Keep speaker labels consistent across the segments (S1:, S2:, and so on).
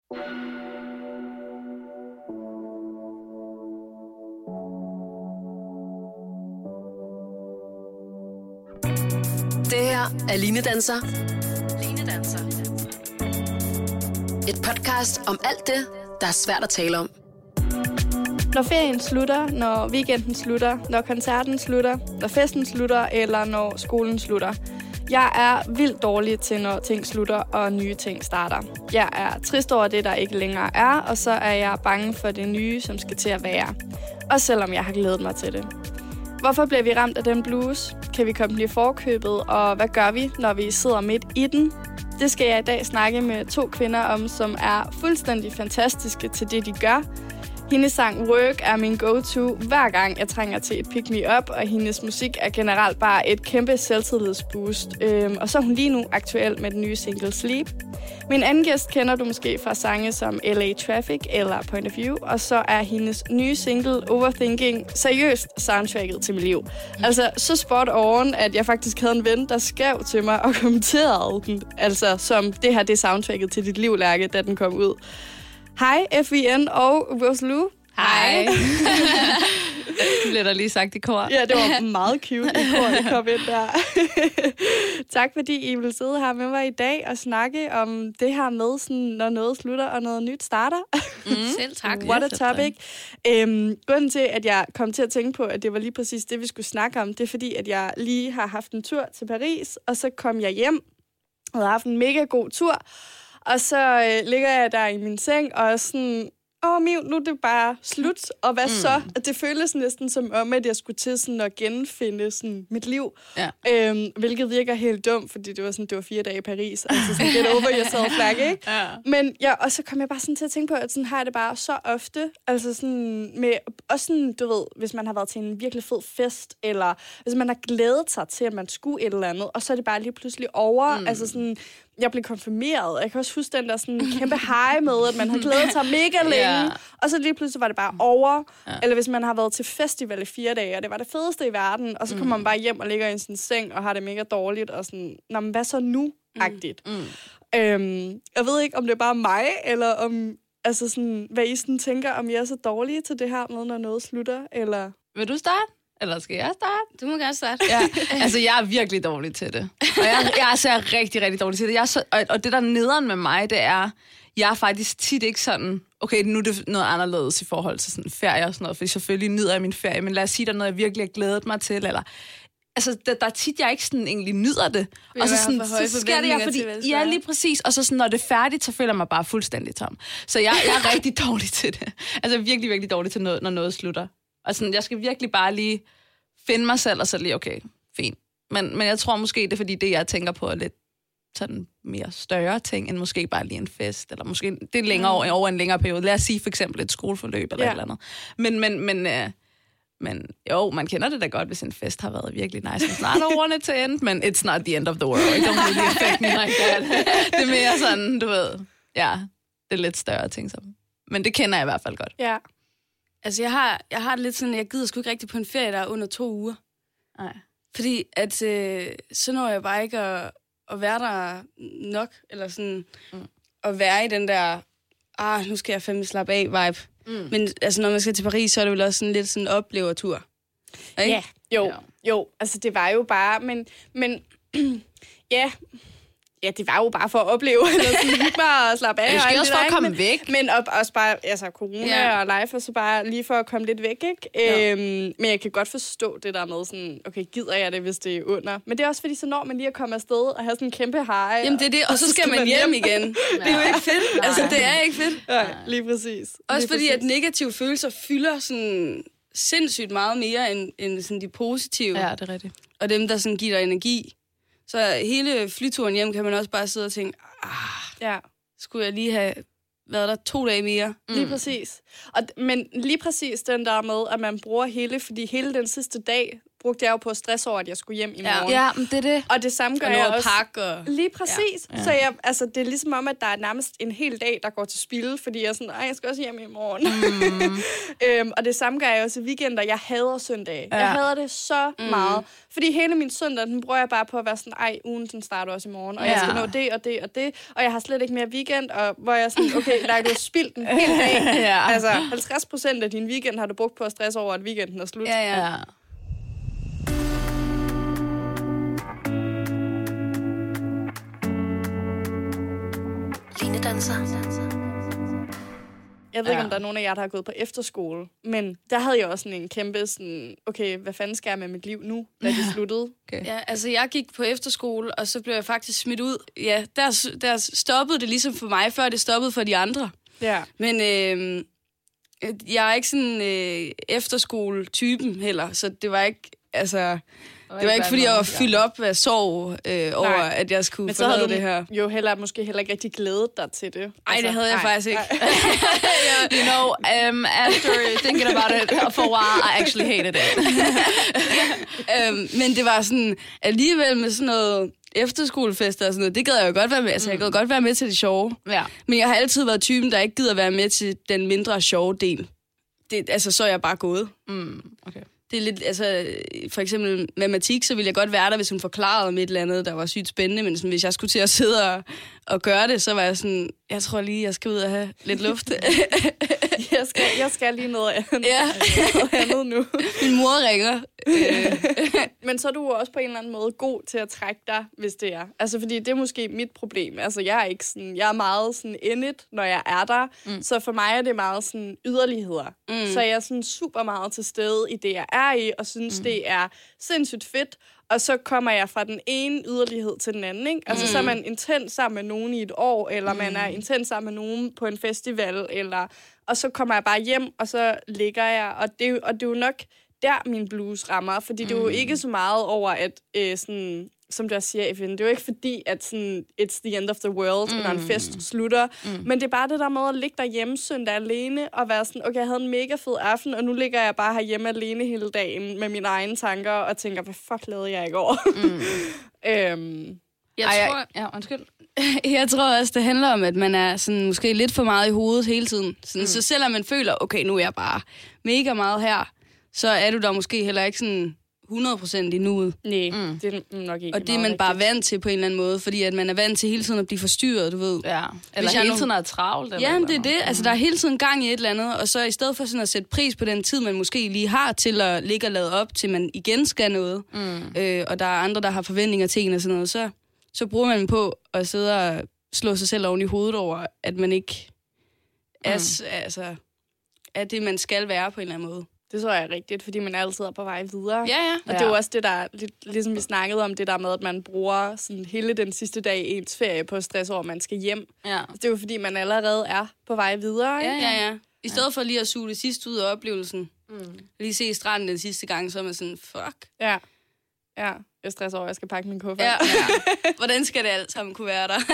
S1: Det her er Line Danser. Et podcast om alt det, der er svært at tale om.
S2: Når ferien slutter, når weekenden slutter, når koncerten slutter, når festen slutter, eller når skolen slutter. Jeg er vildt dårlig til, når ting slutter og nye ting starter. Jeg er trist over det, der ikke længere er, og så er jeg bange for det nye, som skal til at være. Også selvom jeg har glædet mig til det. Hvorfor bliver vi ramt af den blues? Kan vi komme den i forkøbet? Og hvad gør vi, når vi sidder midt i den? Det skal jeg i dag snakke med 2 kvinder om, som er fuldstændig fantastiske til det, de gør. Hendes sang Work er min go-to hver gang jeg trænger til et pick-me-up, og hendes musik er generelt bare et kæmpe selvtillidsboost. Og så er hun lige nu aktuel med den nye single Sleep. Min anden gæst kender du måske fra sange som LA Traffic eller Point of View, og så er hendes nye single Overthinking seriøst soundtracket til mit liv. Altså så spot on, at jeg faktisk havde en ven, der skrev til mig og kommenterede den, altså som det her det er soundtracket til dit liv, Lærke, da den kom ud. Hej, FVN og Rosalou.
S3: Hej. Det blev der lige sagt i kor.
S2: Ja, det var meget cute i kor, det kom ind der. Tak fordi I vil sidde her med mig i dag og snakke om det her med, sådan, når noget slutter og noget nyt starter.
S3: Selv tak.
S2: What a topic. Grunden til, at jeg kom til at tænke på, at det var lige præcis det, vi skulle snakke om, det er fordi, at jeg lige har haft en tur til Paris, og så kom jeg hjem og havde haft en mega god tur. Og så ligger jeg der i min seng og er sådan, Miv, nu er det bare slut. Og hvad så? Og det føles næsten som om, at jeg skulle til sådan at genfinde sådan mit liv. Ja. Hvilket virker helt dumt, fordi det var 4 dage i Paris. Altså sådan get over yourself flag, ikke? Ja. Men og så kom jeg bare sådan til at tænke på, at sådan har jeg det bare så ofte. Altså sådan med, også sådan, du ved, hvis man har været til en virkelig fed fest, eller hvis man har glædet sig til, at man skulle et eller andet, og så er det bare lige pludselig over. Altså sådan, jeg blev konfirmeret. Jeg kan også huske den der sådan kæmpe high med, at man har glædet sig mega længe, og så lige pludselig var det bare over. Ja. Eller hvis man har været til festival i 4 dage, og det var det fedeste i verden, og så kommer man bare hjem og ligger i sin seng og har det mega dårligt, og sådan, nå, men hvad så nu-agtigt. Jeg ved ikke, om det er bare mig, eller om, altså sådan, hvad I sådan tænker, om I er så dårlige til det her med, når noget slutter, eller...
S3: Vil du starte? Eller skal jeg starte?
S4: Du må gerne starte.
S3: Ja, altså jeg er virkelig dårlig til det. Og jeg er altså rigtig, rigtig dårlig til det. Og det der nederen med mig, det er, jeg er faktisk tit ikke sådan, okay, nu er det noget anderledes i forhold til sådan ferie og sådan noget, fordi selvfølgelig nyder jeg min ferie, men lad os sige, der er noget, jeg virkelig har glædet mig til, eller... Altså, der er tit, jeg ikke sådan egentlig nyder det. Og så sker det, fordi... Ja, lige præcis. Og så sådan, når det er færdigt, så føler jeg mig bare fuldstændig tom. Så jeg er rigtig dårlig til det. Altså virkelig, virkelig dårlig til noget, når noget slutter. Og sådan, jeg skal virkelig bare lige finde mig selv, og så lige, okay, fint. Men jeg tror måske, det er fordi, det jeg tænker på er lidt sådan mere større ting, end måske bare lige en fest, eller måske det er længere over en længere periode. Lad os sige for eksempel et skoleforløb, eller et eller andet. Men jo, man kender det da godt, hvis en fest har været virkelig nice. It's not I want it to end, men it's not the end of the world. It don't really affect me like that. Det er mere sådan, du ved, ja, det er lidt større ting. Men det kender jeg i hvert fald godt.
S4: Ja. Altså, jeg har det lidt sådan, jeg gider sgu ikke rigtig på en ferie, der er under 2 uger.
S3: Nej.
S4: Fordi at så når jeg bare ikke at være der nok, eller sådan, at være i den der, nu skal jeg fandme slappe af vibe. Men altså, når man skal til Paris, så er det vel også sådan lidt sådan en oplevertur.
S2: Ja, jo, altså det var jo bare, men ja, det var jo bare for at opleve, eller sådan hygge mig og slappe af.
S3: Det skal også for at komme væk.
S2: Men også bare, altså corona og live, og så bare lige for at komme lidt væk, ikke? Men jeg kan godt forstå det der med sådan, okay, gider jeg det, hvis det er under? Men det er også fordi, så når man lige at komme afsted og have sådan en kæmpe high.
S4: Jamen det er det, og så skal man hjem igen. Det er jo ikke fedt. Altså, det er ikke fedt.
S2: Nej, lige præcis.
S4: Også fordi, at negative følelser fylder sådan sindssygt meget mere, end sådan de positive.
S3: Ja, det er rigtigt.
S4: Og dem, der sådan giver dig energi. Så hele flyturen hjem kan man også bare sidde og tænke, skulle jeg lige have været der 2 dage mere?
S2: Lige præcis. Men lige præcis den der med, at man bruger fordi hele den sidste dag, brugte jeg jo på at stresse over, at jeg skulle hjem i morgen.
S3: Ja, men det er det.
S2: Og det samme gør
S4: Og
S2: jeg
S4: noget
S2: også.
S4: pakke og...
S2: Lige præcis. Ja. Så det er ligesom om, at der er nærmest en hel dag, der går til spilde, fordi jeg er sådan, jeg skal også hjem i morgen. Og det samme gør jeg også i weekender. Jeg hader søndag. Jeg hader det så meget. Fordi hele min søndag, den bruger jeg bare på at være sådan, ugen den starter også i morgen, og jeg skal nå det og det og det, og jeg har slet ikke mere weekend, og hvor jeg sådan, okay, nej, du har spildt den hele dag. Altså, 50% af din weekend har du brugt på at stresse over, at weekenden er slut.
S3: Ja.
S2: Jeg ved ikke, om der er nogen af jer, der har gået på efterskole, men der havde jeg også sådan en kæmpe sådan, okay, hvad fanden skal jeg med mit liv nu, da det sluttede?
S3: Okay.
S4: Ja, altså jeg gik på efterskole, og så blev jeg faktisk smidt ud. Ja, der stoppede det ligesom for mig, før det stoppede for de andre.
S2: Ja.
S4: Men jeg er ikke sådan efterskole-typen heller, så det var ikke, altså... Det var ikke, fordi jeg var fyldt op af sorg over, at jeg skulle forlade det her.
S2: Jo måske heller ikke rigtig glædet dig til det.
S4: Nej, det havde jeg faktisk ikke.
S3: You know, after thinking about it for a while, I actually hated it.
S4: Men det var sådan, alligevel med sådan noget efterskolefester og sådan noget, det gad jeg jo godt være med. Altså, jeg gad godt være med til det sjove.
S3: Ja.
S4: Men jeg har altid været typen, der ikke gider være med til den mindre sjove del. Altså, så er jeg bare gået.
S3: Okay.
S4: Det er lidt, altså, for eksempel matematik, så ville jeg godt være der, hvis hun forklarede med et eller andet, der var sygt spændende, men sådan, hvis jeg skulle til at sidde og gøre det, så var jeg sådan, jeg tror lige, jeg skal ud og have lidt luft.
S2: jeg skal lige noget andet,
S4: noget
S2: andet nu.
S4: Min mor ringer.
S2: Men så er du også på en eller anden måde god til at trække dig, hvis det er. Altså, fordi det er måske mit problem. Altså, jeg er meget sådan in it, når jeg er der. Så for mig er det meget sådan yderligheder. Så jeg er sådan super meget til stede i det, jeg er i, og synes, det er sindssygt fedt. Og så kommer jeg fra den ene yderlighed til den anden, ikke? Altså, så er man intens sammen med nogen i et år, eller man er intens sammen med nogen på en festival, og så kommer jeg bare hjem, og så ligger jeg, og det er jo nok der, min blues rammer, fordi det er jo ikke så meget over, at sådan, som du også siger, Evelyn, det er jo ikke fordi, at sådan, it's the end of the world, når en fest slutter, men det er bare det der med at ligge derhjemme søndag alene, og være sådan, okay, jeg havde en mega fed aften, og nu ligger jeg bare herhjemme alene hele dagen, med mine egne tanker, og tænker, hvad fuck lavede jeg i går?
S4: Jeg tror også, det handler om, at man er sådan, måske lidt for meget i hovedet hele tiden. Sådan, så selvom man føler, okay, nu er jeg bare mega meget her, så er du der måske heller ikke sådan 100% i nuet.
S2: Nej, det er nok ikke.
S4: Og det er man bare vant til på en eller anden måde, fordi at man er vant til hele tiden at blive forstyrret, du ved.
S3: Ja, eller hele tiden er travlt.
S4: Ja, det er det. Altså, der er hele tiden gang i et eller andet, og så i stedet for sådan at sætte pris på den tid, man måske lige har til at ligge og lade op, til man igen skal noget, og der er andre, der har forventninger til en og sådan noget, så bruger man på at sidde og slå sig selv oven i hovedet over, at man ikke er det, man skal være på en eller anden måde.
S2: Det tror jeg er rigtigt, fordi man altid er på vej videre.
S4: Ja.
S2: Og det er jo også det, der, ligesom vi snakkede om, det der med, at man bruger sådan hele den sidste dag i ens ferie på stress over, at man skal hjem.
S3: Ja.
S2: Det er jo fordi, man allerede er på vej videre. Ikke?
S4: Ja. I stedet for lige at suge det sidste ud af oplevelsen. Lige se stranden den sidste gang, så er man sådan, fuck.
S2: Ja. Jeg stresser over, at jeg skal pakke min kuffert.
S4: Ja. Hvordan skal det alt sammen kunne være der?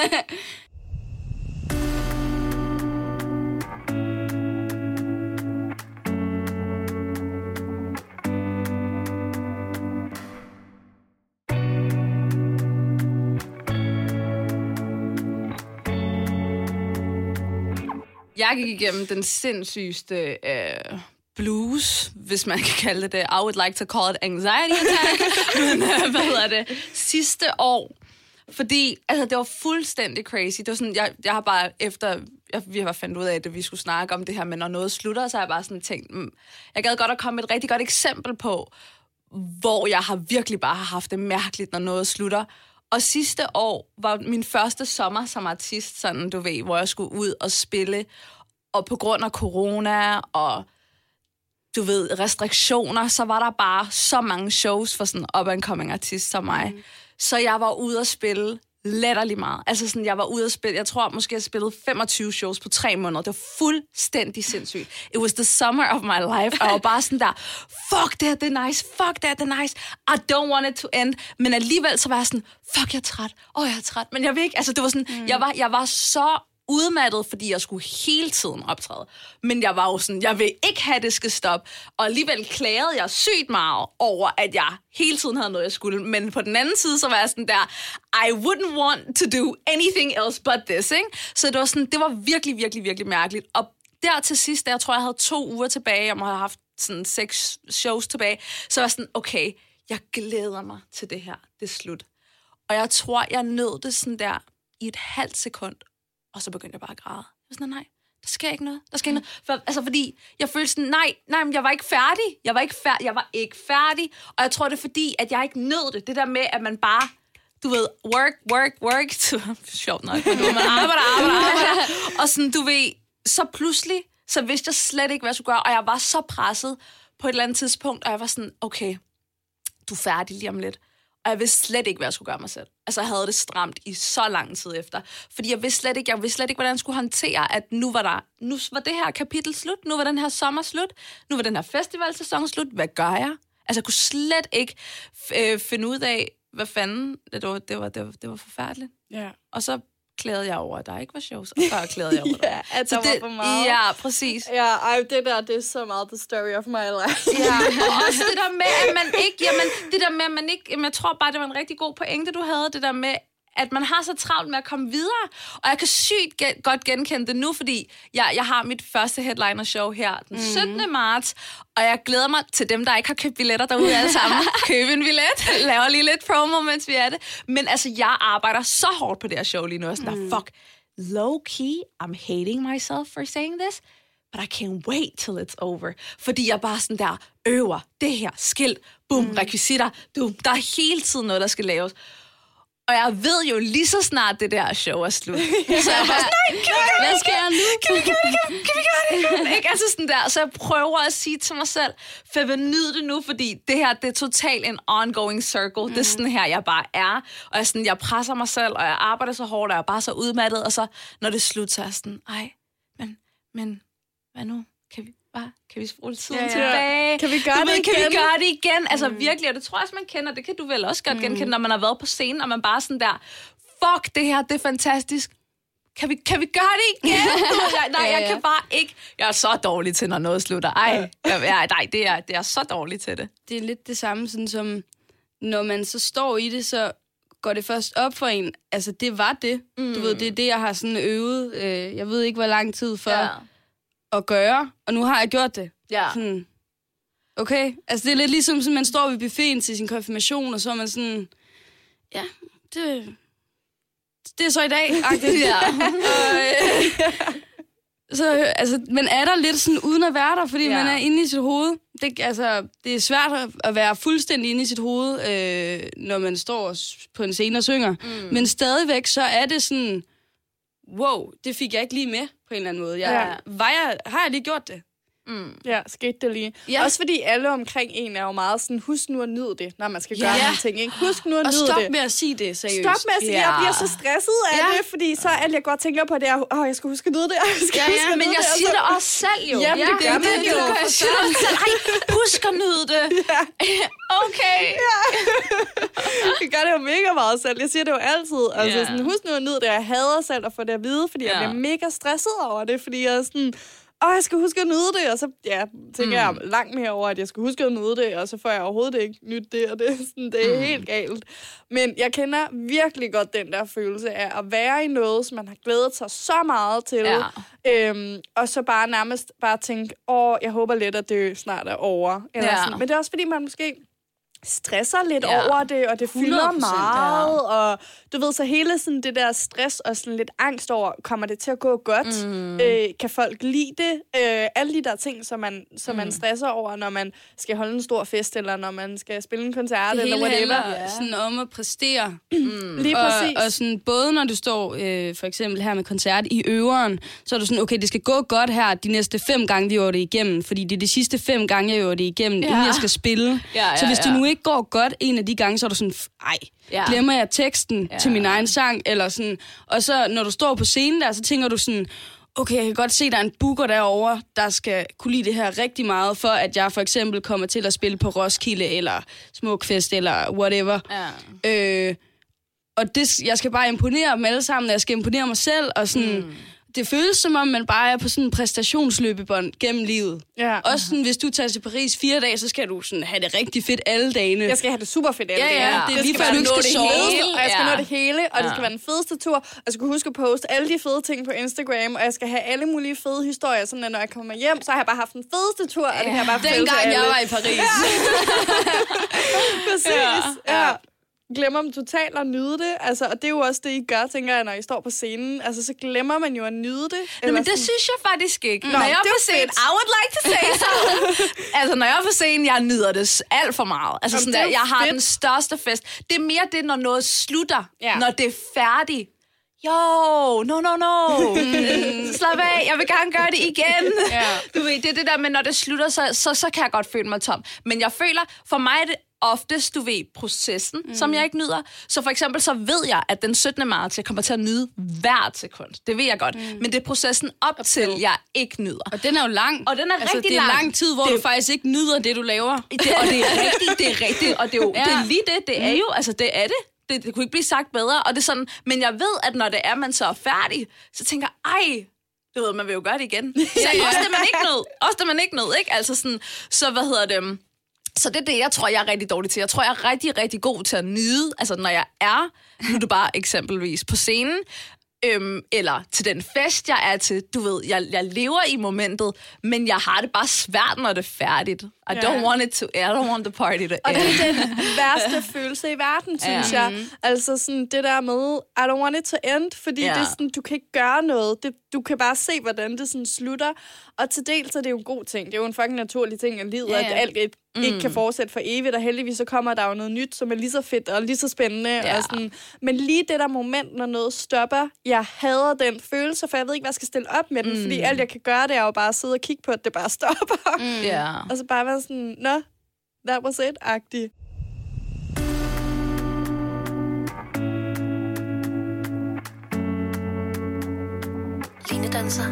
S3: Jeg gik igennem den sindssygeste blues, hvis man kan kalde det. I would like to call it anxiety attack. Men sidste år. Fordi altså, det var fuldstændig crazy. Det var sådan, jeg har bare vi har fundet ud af, at vi skulle snakke om det her, men når noget slutter, så har jeg bare sådan tænkt, jeg gad godt at komme med et rigtig godt eksempel på, hvor jeg har virkelig bare haft det mærkeligt, når noget slutter. Og sidste år var min første sommer som artist, sådan du ved, hvor jeg skulle ud og spille. Og på grund af corona og du ved, restriktioner, så var der bare så mange shows for sådan up-and-coming artist som mig. Så jeg var ude at spille latterlig meget. Altså sådan, jeg var ude at spille, jeg tror måske, jeg spillede 25 shows på 3 måneder. Det var fuldstændig sindssygt. It was the summer of my life. Og jeg var bare sådan der, fuck det er nice, fuck det er nice. I don't want it to end. Men alligevel så var jeg sådan, fuck, jeg er træt. Jeg er træt. Men jeg vil ikke, altså det var sådan, jeg var så udmattet, fordi jeg skulle hele tiden optræde. Men jeg var jo sådan, jeg vil ikke have, det skal stoppe. Og alligevel klagede jeg sygt meget over, at jeg hele tiden havde noget, jeg skulle. Men på den anden side, så var jeg sådan der, I wouldn't want to do anything else but this, ikke? Så det var sådan, det var virkelig, virkelig, virkelig mærkeligt. Og der til sidst, jeg tror, jeg havde 2 uger tilbage, og jeg havde haft sådan 6 shows tilbage, så var jeg sådan, okay, jeg glæder mig til det her, det er slut. Og jeg tror, jeg nød det sådan der i et halvt sekund, og så begyndte jeg bare at græde. Jeg var sådan, nej, der sker ikke noget. Fordi jeg følte sådan, nej, men jeg var ikke færdig. Jeg var ikke færdig. Og jeg tror, det er fordi, at jeg ikke nød det. Det der med, at man bare, du ved, work. Sjovt nok, men man arbejder. Og sådan, du ved, så pludselig, så vidste jeg slet ikke, hvad jeg skulle gøre. Og jeg var så presset på et eller andet tidspunkt, og jeg var sådan, okay, du er færdig lige om lidt. Og jeg vidste slet ikke, hvad jeg skulle gøre mig selv. Altså, jeg havde det stramt i så lang tid efter. Fordi jeg vidste slet ikke, hvordan jeg skulle håndtere, at nu var det her kapitel slut. Nu var den her sommer slut. Nu var den her festivalsæson slut. Hvad gør jeg? Altså, jeg kunne slet ikke finde ud af, hvad fanden. Det var forfærdeligt.
S2: Ja.
S3: Og så klagede jeg over, at der ikke var shows. Og så klagede jeg over det.
S2: Ja, at der var for meget.
S3: Ja, præcis.
S2: Ja, det er så meget the story of my life.
S3: Ja, og også det der med, at man ikke, jeg tror bare, det var en rigtig god pointe, du havde, det der med, at man har så travlt med at komme videre. Og jeg kan sygt godt genkende det nu, fordi jeg har mit første headliner-show her den 17. marts, og jeg glæder mig til dem, der ikke har købt billetter derude alle sammen. Køb en billet, laver lige lidt promo, mens vi er det. Men altså, jeg arbejder så hårdt på det her show lige nu, og sådan der, fuck, low-key, I'm hating myself for saying this, but I can't wait till it's over. Fordi jeg bare sådan der øver det her, skilt, boom, rekvisitter, der er hele tiden noget, der skal laves. Og jeg ved jo lige så snart det der show er slut. Så jeg var sådan, nej, hvad skal jeg nu? Kan vi gøre det? Ikke? Altså sådan der. Så jeg prøver at sige til mig selv, for jeg vil nyde det nu, fordi det her, det er totalt en ongoing circle. Det er sådan her, jeg bare er. Og jeg presser mig selv, og jeg arbejder så hårdt, og jeg er bare så udmattet. Og så, når det er slut, så er jeg sådan, men hvad nu? Kan vi spole tiden tilbage?
S2: Kan vi gøre
S3: det igen? Altså virkelig, og det tror jeg også, man kender. Det kan du vel også godt genkende, når man har været på scenen, og man bare sådan der, fuck, det her, det er fantastisk. Kan vi gøre det igen? Jeg kan bare ikke. Jeg er så dårlig til, når noget slutter. Det er så dårligt til det.
S4: Det er lidt det samme, sådan som, når man så står i det, så går det først op for en. Altså, det var det. Du ved, det er det, jeg har sådan øvet. Jeg ved ikke, hvor lang tid for at gøre, og nu har jeg gjort det.
S3: Ja.
S4: Sådan, okay, altså det er lidt ligesom, sådan, man står ved buffeten til sin konfirmation, og så er man sådan, ja, det er så i dag.
S3: Ja.
S4: Så, altså, man er der lidt sådan uden at være der, fordi man er inde i sit hoved. Det er svært at være fuldstændig inde i sit hoved, når man står på en scene og synger. Men stadigvæk, så er det sådan, wow, det fik jeg ikke lige med på en eller anden måde. Har jeg lige gjort det?
S2: Ja, skete det lige. Ja. Også fordi alle omkring en er jo meget sådan, husk nu at nyde det, når man skal gøre nogle ting. Ikke? Husk nu at nyde det.
S4: Og stop med at sige det, seriøst.
S2: Stop med at sige, jeg bliver så stresset af det, fordi så alt jeg godt tænker på, det er, jeg skal huske at nyde det.
S3: Men jeg siger det også selv jo.
S2: Jamen, det gør man jo.
S3: Jeg siger det selv. Husk at nyde det. Okay.
S2: Jeg gør det jo mega meget selv. Jeg siger det jo altid. Altså sådan, husk nu at nyde det. Jeg hader selv at få det at vide, fordi jeg bliver mega stresset over det, fordi jeg er sådan, jeg skal huske at nyde det, og så tænker jeg langt mere over, at jeg skal huske at nyde det, og så får jeg overhovedet ikke nyt det, og det er helt galt. Men jeg kender virkelig godt den der følelse af at være i noget, som man har glædet sig så meget til, og så bare nærmest bare tænke, jeg håber lidt, at det snart er over. Eller sådan. Men det er også fordi, man måske stresser lidt over det, og det fylder meget, og du ved, så hele sådan det der stress og sådan lidt angst over, kommer det til at gå godt? Kan folk lide det? Alle de der ting, som man stresser over, når man skal holde en stor fest, eller når man skal spille en koncert, eller whatever.
S4: Det hele sådan om at præstere.
S2: Lige præcis.
S4: Og sådan, både når du står for eksempel her med koncert i øveren, så er du sådan, okay, det skal gå godt her de næste 5 gange, vi øver det igennem, fordi det er de sidste 5 gange, jeg øver det igennem, inden jeg skal spille. Så hvis det nu ikke går godt en af de gange, så er du sådan, glemmer jeg teksten til min egen sang, eller sådan. Og så, når du står på scenen der, så tænker du sådan, okay, jeg kan godt se, der er en booker derovre, der skal kunne lide det her rigtig meget, for at jeg for eksempel kommer til at spille på Roskilde, eller Smukfest, eller whatever. Og jeg skal bare imponere dem alle sammen, jeg skal imponere mig selv, og sådan, det føles som om, man bare er på sådan en præstationsløbebånd gennem livet.
S2: Ja.
S4: Også sådan, hvis du tager til Paris 4 dage, så skal du sådan have det rigtig fedt alle dagene.
S2: Jeg skal have det super fedt alle dage.
S4: Det er lige før, du ikke skal sove.
S2: Og jeg skal nå det hele, og det skal være den fedeste tur. Og jeg skal huske at poste alle de fede ting på Instagram, og jeg skal have alle mulige fede historier, sådan at når jeg kommer hjem, så har jeg bare haft den fedeste tur, og det kan jeg bare fortælle til alle.
S4: Dengang jeg var i Paris.
S2: Præcis. Ja. Glemmer man totalt at nyde det. Altså, og det er jo også det, I gør, tænker jeg, når I står på scenen. Altså, så glemmer man jo at nyde det.
S3: Nej, men det synes jeg faktisk ikke. Når jeg er på scenen,
S2: fedt.
S3: I would like to say so. Altså, når jeg er på scenen, jeg nyder det alt for meget. Altså, sådan der, jeg har den største fest. Det er mere det, når noget slutter. Ja. Når det er færdigt. No. Slap af, jeg vil gerne gøre det igen. Ja. Du ved, det er det der med, når det slutter, så kan jeg godt føle mig tom. Men jeg føler, for mig er det oftest, du ved, processen, som jeg ikke nyder. Så for eksempel, så ved jeg, at den 17. marts, jeg kommer til at nyde hvert sekund. Det ved jeg godt. Men det er processen op til, jeg ikke nyder.
S4: Og den er jo lang.
S3: Og den er rigtig
S4: det er lang tid, hvor du faktisk ikke nyder det, du laver.
S3: Og det er rigtigt, og det er jo det er lige det. Det er jo, altså det er det. Det kunne ikke blive sagt bedre, og det er sådan, men jeg ved, at når det er, man så er færdig, så tænker jeg, du ved, man vil jo gøre det igen. Så også det, man ikke nød, ikke? Altså sådan, så hvad hedder det? Så det er det, jeg tror, jeg er rigtig dårlig til. Jeg tror, jeg er rigtig, rigtig god til at nyde, altså når jeg er, nu er det bare eksempelvis på scenen, eller til den fest, jeg er til. Du ved, jeg lever i momentet, men jeg har det bare svært, når det er færdigt. I don't want the party to end.
S2: Og det er den værste følelse i verden, synes jeg. Altså sådan det der med, I don't want it to end, fordi det er sådan, du kan ikke gøre noget. Du kan bare se, hvordan det sådan slutter. Og til dels er det jo en god ting. Det er jo en fucking naturlig ting af livet, at alt ikke kan fortsætte for evigt, og heldigvis så kommer der jo noget nyt, som er lige så fedt og lige så spændende. Og sådan. Men lige det der moment, når noget stopper, jeg hader den følelse, for jeg ved ikke, hvad jeg skal stille op med den, fordi alt jeg kan gøre, det er jo bare at sidde og kigge på, at det bare stopper. Og så bare være sådan, no, that was it-agtig.
S1: Linedanser.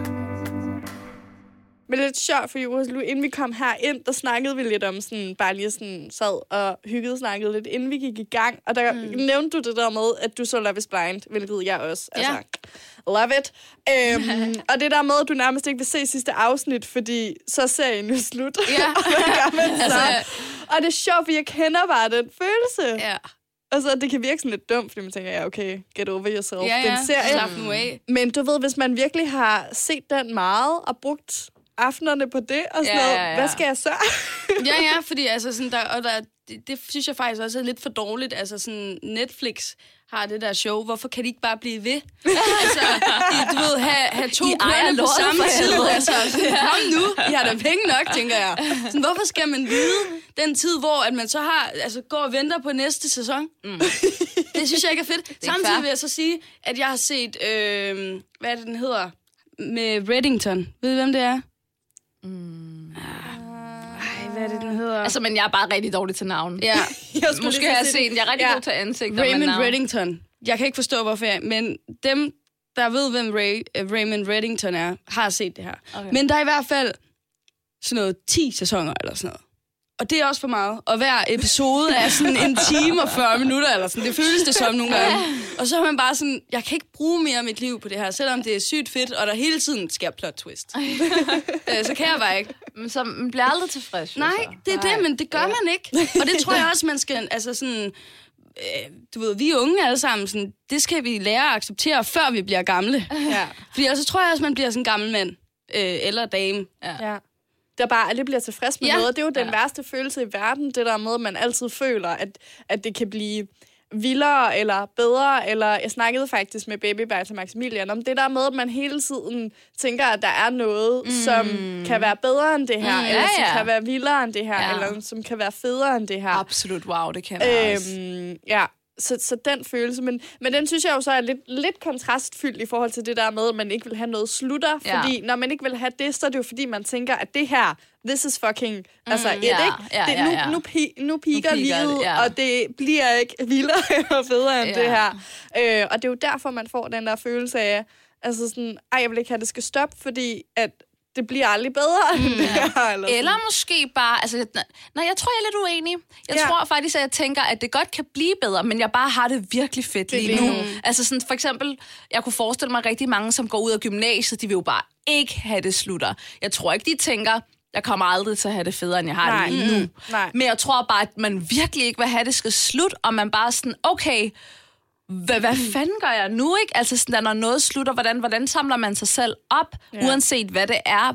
S2: Men lidt sjovt, for inden vi kom her ind, der snakkede vi lidt om sådan, bare lige sådan sad og snakkede lidt, inden vi gik i gang. Og der nævnte du det der med, at du så Love is Blind, hvilket jeg også. Altså, love it. Og det der med, at du nærmest ikke vil se sidste afsnit, fordi så er serien jo slut. Ja. Og hvad gør man så? Altså, og det er sjovt, for jeg kender bare den følelse. Ja. Altså, det kan virke sådan lidt dumt, fordi man tænker, ja, okay, get over yourself. Den serie.
S4: Slap nu af.
S2: Men du ved, hvis man virkelig har set den meget og brugt aftenerne på det og sådan noget, hvad skal jeg så?
S4: Fordi altså sådan, det synes jeg faktisk også er lidt for dårligt. Altså sådan, Netflix har det der show, hvorfor kan de ikke bare blive ved? Altså, du ved, have to kørende på samme tid. Altså, kom nu, I har da penge nok, tænker jeg. Sådan, hvorfor skal man vide den tid, hvor at man så har, altså, går og venter på næste sæson? Det synes jeg ikke er fedt. Samtidig vil jeg så sige, at jeg har set, hvad er det, den hedder? Med Reddington. Ved du, hvem det er? Hvad er det, den hedder?
S3: Altså, men jeg er bare rigtig dårlig til navn. Ja. Måske har jeg set den. Jeg er rigtig god til ansigter.
S4: Raymond Reddington. Jeg kan ikke forstå, hvorfor men dem, der ved, hvem Raymond Reddington er, har set det her. Okay. Men der er i hvert fald sådan noget 10 sæsoner eller sådan noget. Og det er også for meget. Og hver episode er sådan 1 time og 40 minutter, eller sådan. Det føles det som nogle gange. Og så er man bare sådan, jeg kan ikke bruge mere af mit liv på det her, selvom det er sygt fedt, og der hele tiden sker plot twist. Så kan jeg bare ikke.
S3: Men så man bliver aldrig tilfreds.
S4: Nej, det er det, men det gør man ikke. Og det tror jeg også, man skal, altså sådan, du ved, vi er unge alle sammen, sådan, det skal vi lære at acceptere, før vi bliver gamle. Ja. Fordi ellers så tror jeg også, man bliver sådan en gammel mand, eller dame. Ja.
S2: Der bare aldrig bliver tilfreds med noget. Det er jo den værste følelse i verden, det der med, at man altid føler, at det kan blive vildere eller bedre, eller jeg snakkede faktisk med Baby Bajs og Maximilian om det der med, at man hele tiden tænker, at der er noget, som kan være bedre end det her, eller som kan være vildere end det her, eller som kan være federe end det her.
S3: Absolut, wow, det kan være også.
S2: Ja. Så den følelse, men den synes jeg jo så er lidt kontrastfyldt i forhold til det der med, at man ikke vil have noget slutter, fordi når man ikke vil have det, så er det jo fordi, man tænker, at det her, this is fucking, altså nu piker livet, og det bliver ikke vildere eller federe end det her. Og det er jo derfor, man får den der følelse af, altså sådan, jeg vil ikke have, det skal stoppe, fordi at det bliver aldrig bedre.
S3: Eller måske bare, altså, nej, jeg tror, jeg er lidt uenig. Jeg tror faktisk, at jeg tænker, at det godt kan blive bedre, men jeg bare har det virkelig fedt lige nu. Altså sådan, for eksempel, jeg kunne forestille mig rigtig mange, som går ud af gymnasiet, de vil jo bare ikke have det slutter. Jeg tror ikke, de tænker, jeg kommer aldrig til at have det federe, end jeg har det lige nu. Men jeg tror bare, at man virkelig ikke vil have det skal slutte, og man bare sådan, okay, hvad fanden gør jeg nu, ikke? Altså sådan, når noget slutter, hvordan samler man sig selv op, uanset hvad det er,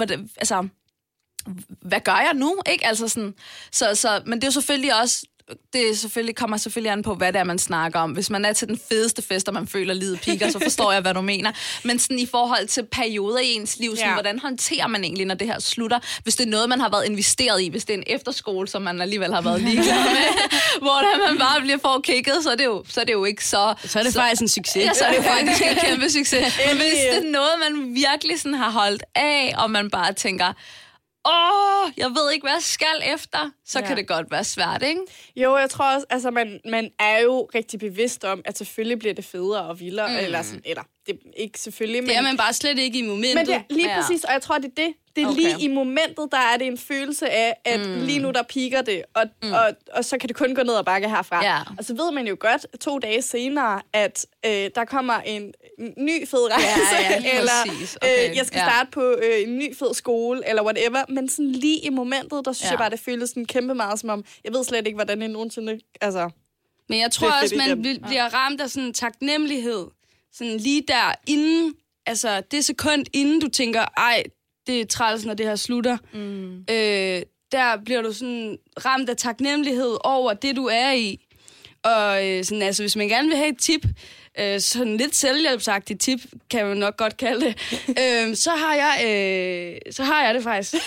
S3: hvad gør jeg nu, ikke? Altså sådan, så, men det er jo selvfølgelig også, kommer selvfølgelig an på, hvad det er, man snakker om. Hvis man er til den fedeste fest, og man føler livet piker, så forstår jeg, hvad du mener. Men sådan i forhold til perioder i ens liv, sådan, hvordan håndterer man egentlig, når det her slutter? Hvis det er noget, man har været investeret i, hvis det er en efterskole, som man alligevel har været ligeglad med, hvor man bare bliver forkikket, så er det jo ikke så...
S4: Så er det faktisk en succes.
S3: Ja, så er det faktisk en kæmpe succes. Men hvis det er noget, man virkelig sådan har holdt af, og man bare tænker... jeg ved ikke, hvad jeg skal efter, så kan det godt være svært, ikke?
S2: Jo, jeg tror også, altså man er jo rigtig bevidst om, at selvfølgelig bliver det federe og vildere, eller det er ikke selvfølgelig, men...
S4: Det er man bare slet ikke i momentet.
S2: Men det er lige præcis, og jeg tror, det er det. Det er lige i momentet, der er det en følelse af, at lige nu der piker det, og så kan det kun gå ned og bakke herfra. Ja. Og så ved man jo godt 2 dage senere, at der kommer en ny fed rejse, eller jeg skal starte på en ny fed skole, eller whatever. Men sådan lige i momentet, der synes jeg bare, det føles sådan kæmpe meget som om, jeg ved slet ikke, hvordan det nogensinde... Altså,
S4: men jeg tror også, man bliver ramt af sådan en taknemmelighed. Sådan lige der inden, altså det sekund inden du tænker, ej, det er træls, når det her slutter. Der bliver du sådan ramt af taknemmelighed over det, du er i. Og sådan, altså, hvis man gerne vil have et tip, sådan lidt selvhjælpsagtigt tip, kan man nok godt kalde det, så har jeg det faktisk.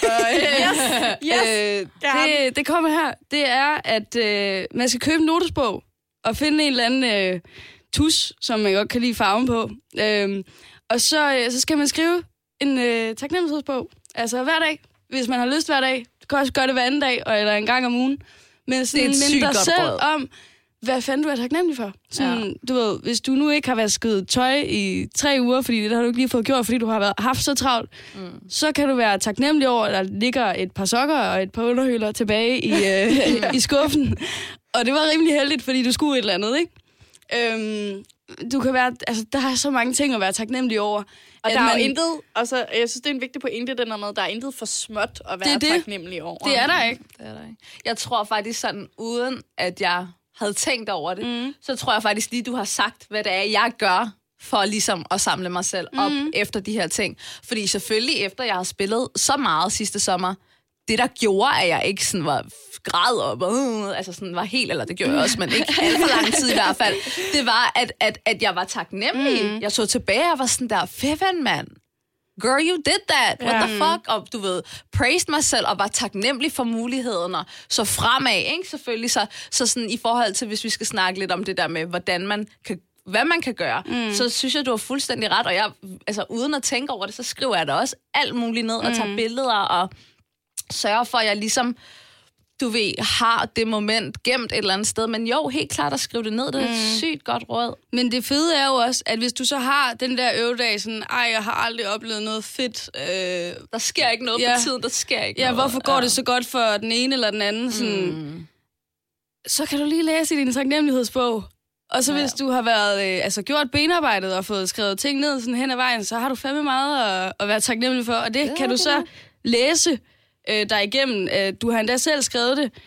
S4: Og, det kommer her. Det er, at man skal købe en notesbog og finde en eller anden tus, som man godt kan lide farven på. Og så skal man skrive en taknemmelighedsbog. Altså hver dag, hvis man har lyst hver dag. Du kan også gøre det hver anden dag, eller en gang om ugen. Men sådan mind dig selv om, hvad fanden du er taknemmelig for. Sådan, du ved, hvis du nu ikke har vasket tøj i 3 uger, fordi det har du ikke lige fået gjort, fordi du har haft så travlt, så kan du være taknemmelig over, at der ligger et par sokker og et par underhylder tilbage i skuffen. Og det var rimelig heldigt, fordi du skulle et eller andet, ikke? Du kan være, altså, der er så mange ting at være taknemmelig over.
S2: Og der er jo intet, altså, jeg synes, det er en vigtig pointe, den der med, der er intet for småt at være taknemmelig over.
S4: Det er der ikke.
S3: Jeg tror faktisk sådan, uden at jeg havde tænkt over det, så tror jeg faktisk lige, du har sagt, hvad det er, jeg gør for ligesom at samle mig selv op efter de her ting. Fordi selvfølgelig, efter jeg har spillet så meget sidste sommer, det der gjorde, at jeg ikke sådan var græd og altså sådan var helt, eller det gjorde jeg også, men ikke alt for lang tid i hvert fald, det var, at jeg var taknemmelig. Jeg så tilbage og var sådan der, feven mand. Girl, you did that. What the fuck? Og du ved, praised mig selv og var taknemmelig for mulighederne. Så fremad, ikke? Selvfølgelig. Så sådan i forhold til, hvis vi skal snakke lidt om det der med, hvordan man kan, hvad man kan gøre, så synes jeg, du har fuldstændig ret. Og jeg, altså uden at tænke over det, så skriver jeg det også alt muligt ned og tager billeder og sørger for, at jeg ligesom, du ved, har det moment gemt et eller andet sted. Men jo, helt klart at skrive det ned, det er et sygt godt råd.
S4: Men det fede er jo også, at hvis du så har den der øvedag, sådan, jeg har aldrig oplevet noget fedt.
S3: Der sker ikke noget på tiden, der sker ikke noget.
S4: Hvorfor går det så godt for den ene eller den anden? Sådan, så kan du lige læse i din taknemmelighedsbog. Og så hvis du har været, gjort benarbejdet og fået skrevet ting ned sådan hen ad vejen, så har du fandme meget at være taknemmelig for. Og det kan du så læse der igennem. Du har endda selv skrevet det.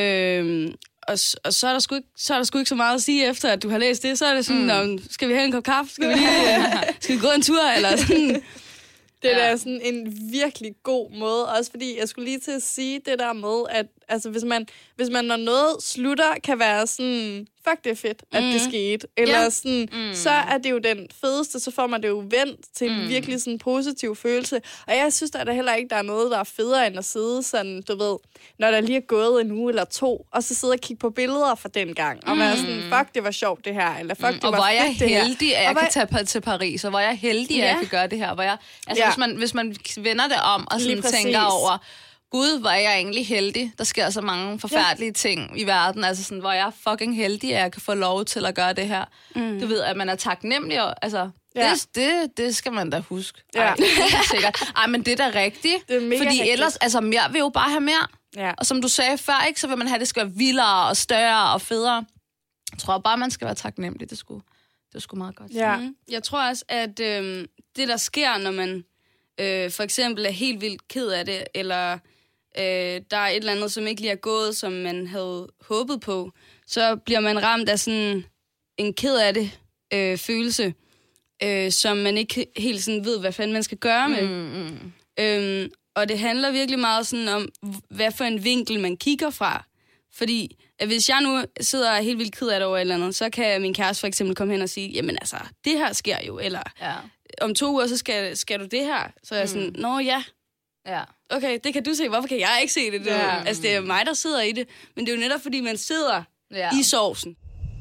S4: Og så er der sgu ikke så meget at sige efter, at du har læst det. Så er det sådan, skal vi have en kop kaffe? Skal vi gå en tur? Eller sådan.
S2: Det er sådan en virkelig god måde, også fordi jeg skulle lige til at sige det der med, at altså, hvis man når noget slutter, kan være sådan, fuck det er fedt, at det skete, eller sådan, så er det jo den fedeste, så får man det jo vendt til en virkelig sådan positiv følelse. Og jeg synes da heller ikke, der er noget, der er federe end at sidde sådan, du ved, når der lige er gået en uge eller 2, og så sidde og kigge på billeder fra den gang, og være sådan, fuck det var sjovt det her, eller fuck det var fedt det her.
S3: Og hvor jeg heldig, at jeg kan tage til Paris, og hvor jeg heldig, at jeg kan gøre det her, hvor jeg, altså hvis man vender det om, og sådan tænker over, Gud, hvor er jeg egentlig heldig. Der sker så mange forfærdelige ting i verden. Altså sådan, hvor jeg er fucking heldig, at jeg kan få lov til at gøre det her. Du ved, at man er taknemmelig. Altså,
S2: Ja.
S3: Det skal man da huske.
S2: Ja.
S3: Ej, det er sikkert. Ej, men det er da rigtigt.
S2: Det er mega
S3: fordi
S2: rigtigt.
S3: ellers, altså mere vil jo bare have mere.
S2: Ja.
S3: Og som du sagde før, ikke, så vil man have, det skal være vildere og større og federe. Jeg tror bare, man skal være taknemmelig. Det er sgu meget godt.
S2: Ja.
S4: Jeg tror også, at det, der sker, når man for eksempel er helt vildt ked af det, eller der er et eller andet, som ikke lige er gået, som man havde håbet på, så bliver man ramt af sådan en ked af det følelse, som man ikke helt sådan ved, hvad fanden man skal gøre med. Og det handler virkelig meget sådan om, hvad for en vinkel man kigger fra. Fordi at hvis jeg nu sidder helt vildt ked af det over et eller andet, så kan min kæreste for eksempel komme hen og sige, jamen altså, det her sker jo, eller om 2 uger, så skal du det her. Så er jeg sådan, nå ja, okay, det kan du se, hvorfor kan jeg ikke se det? Altså, det er mig, der sidder i det, men det er jo netop, fordi man sidder i sovsen.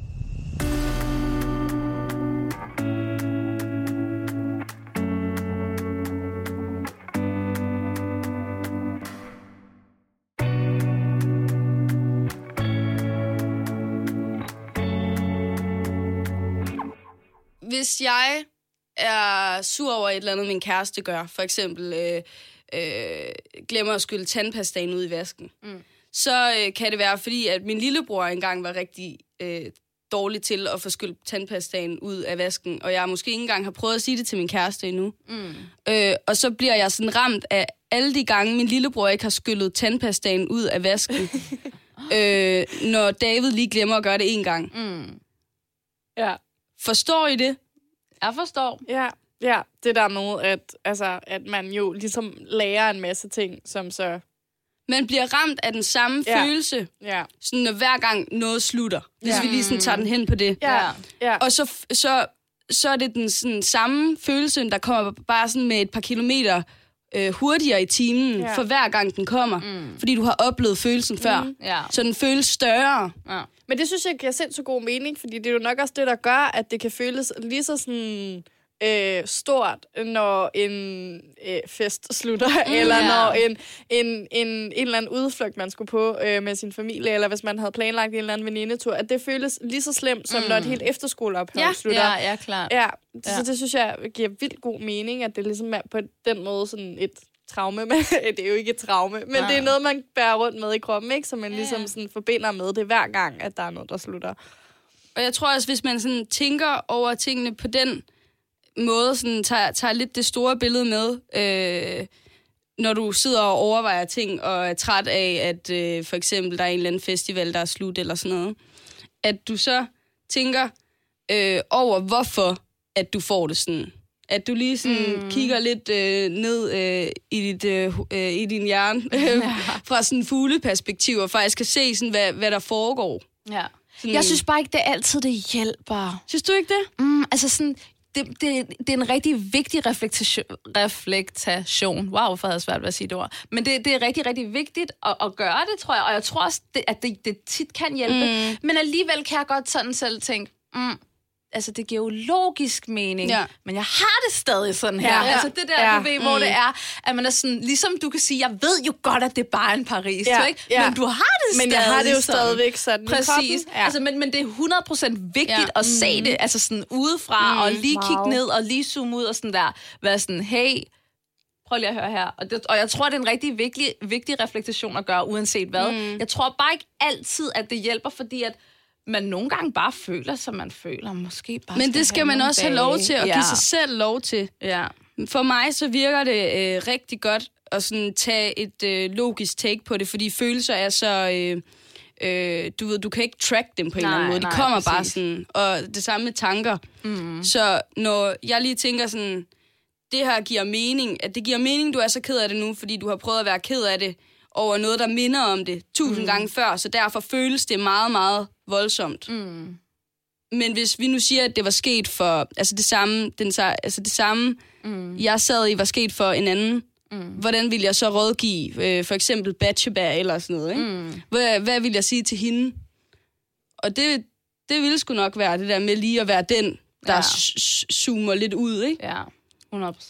S4: Hvis jeg er sur over et eller andet, min kæreste gør, for eksempel glemmer at skylle tandpastaen ud i vasken, så kan det være, fordi at min lillebror engang var rigtig dårlig til at få skyllet tandpastaen ud af vasken, og jeg måske ikke engang har prøvet at sige det til min kæreste endnu. Og så bliver jeg sådan ramt af alle de gange, min lillebror ikke har skyllet tandpastaen ud af vasken, når David lige glemmer at gøre det en gang.
S2: Ja.
S4: Forstår I det?
S3: Jeg forstår.
S2: Ja, det der med, at man jo ligesom lærer en masse ting, som så...
S4: Man bliver ramt af den samme følelse, sådan når hver gang noget slutter. Hvis vi lige sådan tager den hen på det.
S2: Ja.
S4: Og så er det den sådan, samme følelse, der kommer bare sådan med et par kilometer hurtigere i timen, for hver gang den kommer. Fordi du har oplevet følelsen før. Så den føles større.
S2: Men det synes jeg giver sindssygt god mening, fordi det er jo nok også det, der gør, at det kan føles lige så sådan... stort, når en fest slutter, eller når en eller anden udflugt, man skulle på med sin familie, eller hvis man havde planlagt en eller anden venindetur, at det føles lige så slemt, som når et helt efterskoleophold slutter.
S3: Ja, klart.
S2: Ja, så det synes jeg giver vildt god mening, at det ligesom er på den måde sådan et traume, men det er jo ikke et traume, men det er noget, man bærer rundt med i kroppen, ikke? Som man ligesom sådan forbinder med det hver gang, at der er noget, der slutter.
S4: Og jeg tror også, hvis man sådan tænker over tingene på den måde, sådan, tager lidt det store billede med, når du sidder og overvejer ting, og er træt af, at for eksempel der er en eller anden festival, der er slut, eller sådan noget. At du så tænker over, hvorfor at du får det sådan. At du lige sådan kigger lidt ned i din hjerne fra sådan fugleperspektiv, og faktisk kan se, sådan, hvad der foregår.
S3: Ja. Jeg synes bare ikke, det er altid, det hjælper.
S4: Synes du ikke det?
S3: Altså sådan... Det er en rigtig vigtig reflektation. Wow, hvorfor havde jeg svært ved at sige det ord. Men det er rigtig, rigtig vigtigt at gøre det, tror jeg. Og jeg tror også, at det tit kan hjælpe. Men alligevel kan jeg godt sådan selv tænke, altså det giver jo logisk mening, men jeg har det stadig sådan her. Altså det der, du ved, hvor det er, at man er sådan, ligesom du kan sige, jeg ved jo godt, at det bare er en Paris, ikke? Men du har det stadig.
S2: Men jeg har det jo stadigvæk sådan.
S3: Præcis. Altså, men det er 100% vigtigt at se det, altså sådan udefra, og lige kigge ned, og lige zoome ud, og sådan der, være sådan, hey, prøv lige at høre her. Og jeg tror, det er en rigtig vigtig reflektation at gøre, uanset hvad. Jeg tror bare ikke altid, at det hjælper, fordi at man nogle gange bare føler, som man føler. Måske bare
S4: men det skal man også have lov til, og give sig selv lov til. Ja. For mig så virker det rigtig godt at sådan tage et logisk take på det, fordi følelser er så... du ved, du kan ikke track dem på en eller anden måde. De kommer præcis. Bare sådan, og det samme med tanker. Så når jeg lige tænker sådan, det her giver mening, at det giver mening, du er så ked af det nu, fordi du har prøvet at være ked af det over noget, der minder om det 1000 gange før, så derfor føles det meget, meget voldsomt. Men hvis vi nu siger, at det var sket for, altså det samme, jeg sad i, var sket for en anden, hvordan vil jeg så rådgive, for eksempel Batsheba eller sådan noget, ikke? Hvad vil jeg sige til hende? Og det ville sgu nok være det der med lige at være den, der zoomer lidt ud, ikke?
S3: Ja, 100%.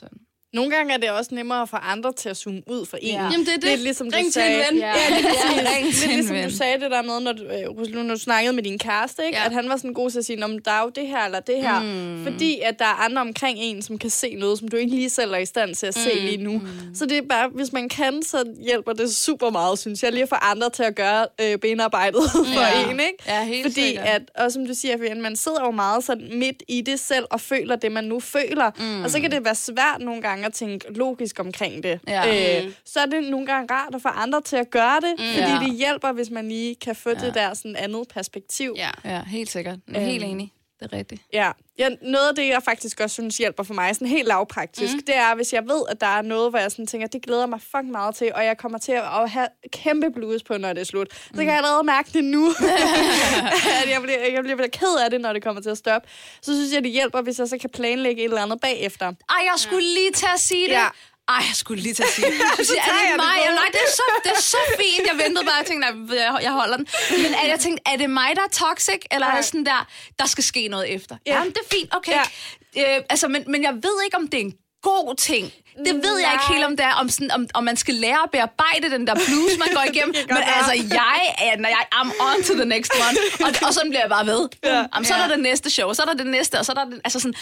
S2: Nogle gange er det også nemmere for andre til at zoome ud for en.
S3: Ja.
S4: Jamen, det er det.
S2: Det er ligesom,
S4: Ring
S2: du
S4: til en
S2: sagde.
S4: ven.
S3: Ja,
S2: Lidt ligesom du sagde det der med, når du snakkede med din kæreste, ikke?
S4: Ja.
S2: At han var sådan god til at sige, der er jo det her eller det her. Fordi at der er andre omkring en, som kan se noget, som du ikke lige selv er i stand til at se lige nu. Så det er bare, hvis man kan, så hjælper det super meget, synes jeg, lige at få andre til at gøre benarbejdet for en, ikke?
S3: Ja, helt
S2: Fordi
S3: sikkert.
S2: at, og som du siger, Vivian, man sidder jo meget sådan midt i det selv og føler det, man nu føler. Og så kan det være svært nogle gange at tænke logisk omkring det.
S3: Ja.
S2: Så er det nogle gange rart at få andre til at gøre det, fordi
S3: Ja.
S2: det hjælper, hvis man lige kan få det der sådan andet perspektiv.
S4: Ja.
S3: Ja, helt sikkert. Jeg er helt enig. Det er rigtigt.
S2: Ja. Noget af det, jeg faktisk også synes hjælper for mig, sådan helt lavpraktisk, det er, hvis jeg ved, at der er noget, hvor jeg sådan tænker, det glæder mig fucking meget til, og jeg kommer til at have kæmpe blues på, når det er slut. Så kan jeg allerede mærke det nu, at jeg bliver ked af det, når det kommer til at stoppe. Så synes jeg, det hjælper, hvis jeg så kan planlægge et eller andet bagefter.
S3: Ej, jeg skulle lige til at sige det.
S2: Ja.
S3: Ej, jeg skulle lige til at sige det. Så
S2: tager
S3: er
S2: jeg
S3: det
S2: det
S3: mig?
S2: på.
S3: Jamen, nej, det er så fint. Jeg ventede bare og tænkte, jeg holder den. Men jeg tænkte, er det mig, der er toxic? Eller er det sådan der skal ske noget efter?
S2: Ja.
S3: Jamen, det er fint, okay. Ja. Men jeg ved ikke, om det er en god ting. Det ved jeg ikke helt, om det er, om man skal lære at bearbejde den der blues, man går igennem. Men altså, I'm on to the next one. Og sådan bliver jeg bare ved. Jamen, så er der det næste show, så er der det næste, og så er der det, altså sådan...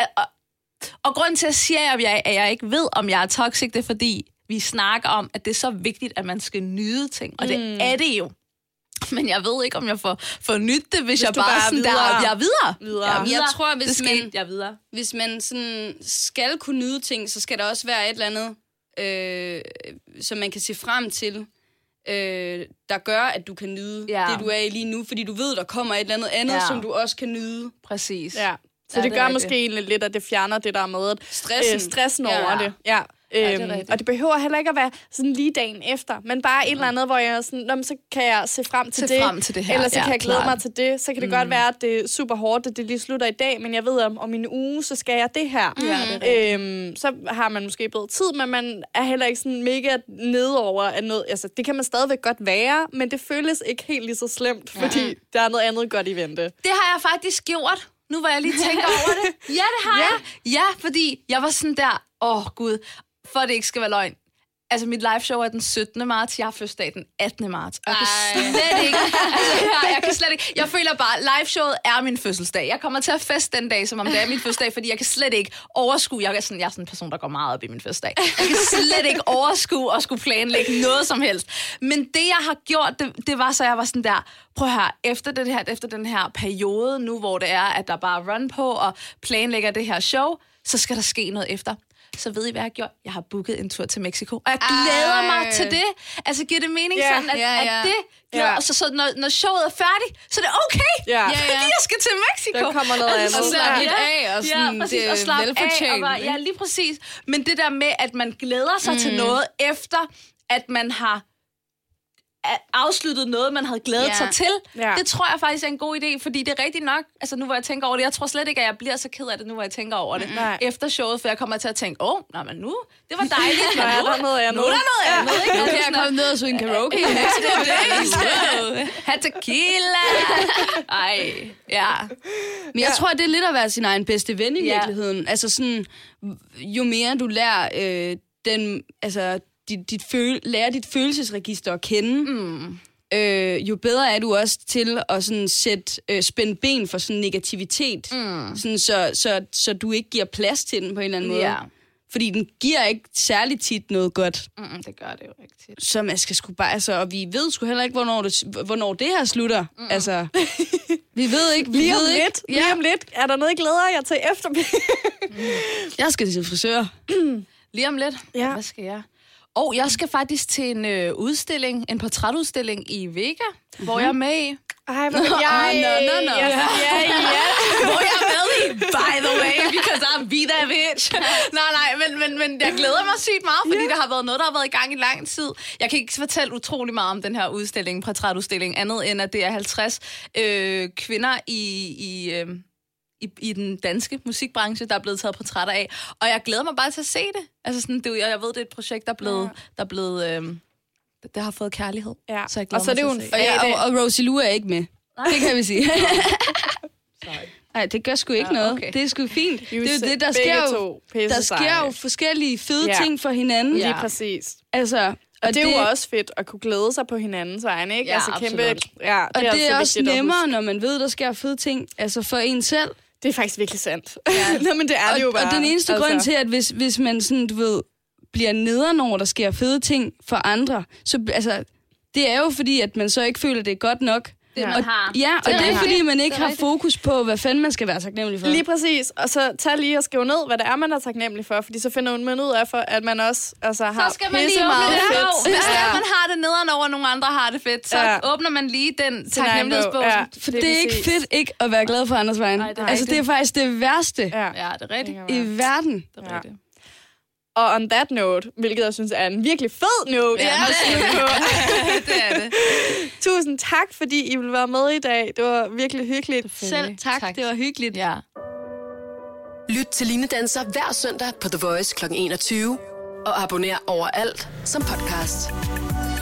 S3: Og grunden til, at jeg siger, at jeg ikke ved, om jeg er toxic, det er, fordi vi snakker om, at det er så vigtigt, at man skal nyde ting. Og det er det jo. Men jeg ved ikke, om jeg får nyt det, hvis jeg bare sådan
S2: videre.
S3: der... Jeg er videre.
S4: Jeg tror,
S3: jeg er videre.
S4: Hvis man sådan skal kunne nyde ting, så skal der også være et eller andet, som man kan se frem til, der gør, at du kan nyde det, du er i lige nu. Fordi du ved, der kommer et eller andet, som du også kan nyde.
S3: Præcis.
S2: Ja. Så det gør måske egentlig lidt, at det fjerner det der med stressen over det. Ja. Og det behøver heller ikke at være sådan lige dagen efter, men bare et eller andet, hvor jeg sådan, så kan jeg se frem til det
S3: her.
S2: Eller så kan jeg glæde mig til det. Så kan det godt være, at det er super hårdt, at det lige slutter i dag, men jeg ved, om en uge, så skal jeg det her. Så har man måske bedre tid, men man er heller ikke sådan mega nedover af noget. Altså, det kan man stadigvæk godt være, men det føles ikke helt lige så slemt, fordi der er noget andet godt i vente.
S3: Det har jeg faktisk gjort. Nu var jeg lige tænker over det. Ja, det har jeg. Ja, fordi jeg var sådan der, Gud, for det ikke skal være løgn. Altså, mit live show er den 17. marts. Jeg har fødselsdag den 18. marts. Og jeg kan slet ikke... jeg kan slet ikke... Jeg føler bare, liveshowet er min fødselsdag. Jeg kommer til at feste den dag, som om det er min fødselsdag, fordi jeg kan slet ikke overskue... Jeg er sådan en person, der går meget op i min fødselsdag. Jeg kan slet ikke overskue og skulle planlægge noget som helst. Men det, jeg har gjort, det var så, jeg var sådan der... Prøv her, efter den her periode nu, hvor det er, at der bare er run på og planlægger det her show, så skal der ske noget efter. Så ved I, hvad jeg har gjort? Jeg har booket en tur til Mexico, og jeg glæder mig til det. Altså, giver det mening sådan, at det... Og så når showet er færdigt, så er det okay, fordi jeg skal til Mexico.
S2: Der kommer noget andet.
S4: Og slap lidt af, og sådan,
S3: præcis,
S4: det
S3: og slap
S4: er velfortjent.
S3: af. Ja, lige præcis. Men det der med, at man glæder sig til noget, efter at man har afsluttet noget, man havde glædet sig til. Ja. Det tror jeg faktisk er en god idé, fordi det er rigtigt nok, altså nu hvor jeg tænker over det, jeg tror slet ikke, at jeg bliver så ked af det, nu hvor jeg tænker over det, efter showet, for jeg kommer til at tænke, men nu, det var dejligt, men nu er der noget andet.
S4: Nu kan jeg komme ned og synge karaoke.
S3: Ha' tequila. Ej, ja.
S4: Men jeg tror, det er lidt at være sin egen bedste ven i virkeligheden. Altså sådan, jo mere du lærer lære dit følelsesregister at kende, jo bedre er du også til at sådan spænde ben for sådan negativitet, sådan, så du ikke giver plads til den på en eller anden måde.
S3: Ja.
S4: Fordi den giver ikke særlig tit noget godt.
S3: Det gør det jo ikke tit.
S4: Så man skal sgu bare, og vi ved sgu heller ikke, hvornår det her slutter. Altså, vi ved ikke.
S2: Lige om lidt. Er der noget, I glæder jer til efter?
S4: Jeg skal til frisør.
S3: Lige om lidt?
S2: Ja.
S3: Hvad skal jeg? Jeg skal faktisk til en udstilling, en portrætudstilling i Vega, hvor jeg er med i.
S2: Ej, hvor jeg...
S3: Hvor jeg er med i, by the way, because I'm Vida bitch. Men jeg glæder mig sygt meget, fordi der har været noget, der har været i gang i lang tid. Jeg kan ikke fortælle utrolig meget om den her udstilling, portrætudstilling, andet end at det er 50 kvinder i den danske musikbranche, der er blevet taget portrætter af. Og jeg glæder mig bare til at se det. Altså sådan, jeg ved, det er et projekt, der er blevet det har fået kærlighed. Ja. Så jeg glæder mig til at se.
S4: Og Rosie Lou er ikke med. Nej. Det kan vi sige. Nej, det gør sgu ikke noget. Okay. Det er sgu fint. Det er jo det, der sker jo forskellige fede ting for hinanden.
S2: Lige præcis.
S4: Altså,
S2: og det er jo også fedt at kunne glæde sig på hinandens vegne, ikke?
S3: Ja,
S2: altså kæmpe.
S3: Ja,
S4: og det er også nemmere, når man ved, der sker fede ting, altså for en selv.
S2: Det er faktisk virkelig sandt. Ja. Nå, men det er det jo bare.
S4: Og den eneste grund til, at hvis man sådan, du ved, bliver nederen over, der sker fede ting for andre, så altså, det er jo fordi, at man så ikke føler, det er godt nok.
S3: Det, man har.
S4: Ja, og det er fordi, man ikke har fokus på, hvad fanden man skal være taknemmelig for.
S2: Lige præcis. Og så tag lige og skriv ned, hvad det er, man er taknemmelig for. Fordi så finder man ud af, at man også har
S3: så skal man lige
S2: meget fedt.
S3: Hvis man har det nederen over, og nogle andre har det fedt, så åbner man lige den taknemmelighedsbog.
S4: Ja, for det er ikke fedt ikke at være glad for andres vegne. Altså, det er faktisk det værste
S3: ja, det er rigtigt.
S4: I verden.
S3: Det er rigtigt.
S2: Og on that note, hvilket jeg synes er en virkelig fed note.
S3: Ja, det er det.
S2: Tusind tak, fordi I ville være med i dag. Det var virkelig hyggeligt.
S4: Selv tak. Det var hyggeligt.
S3: Ja.
S1: Lyt til Line Danser hver søndag på The Voice kl. 21. Og abonner overalt som podcast.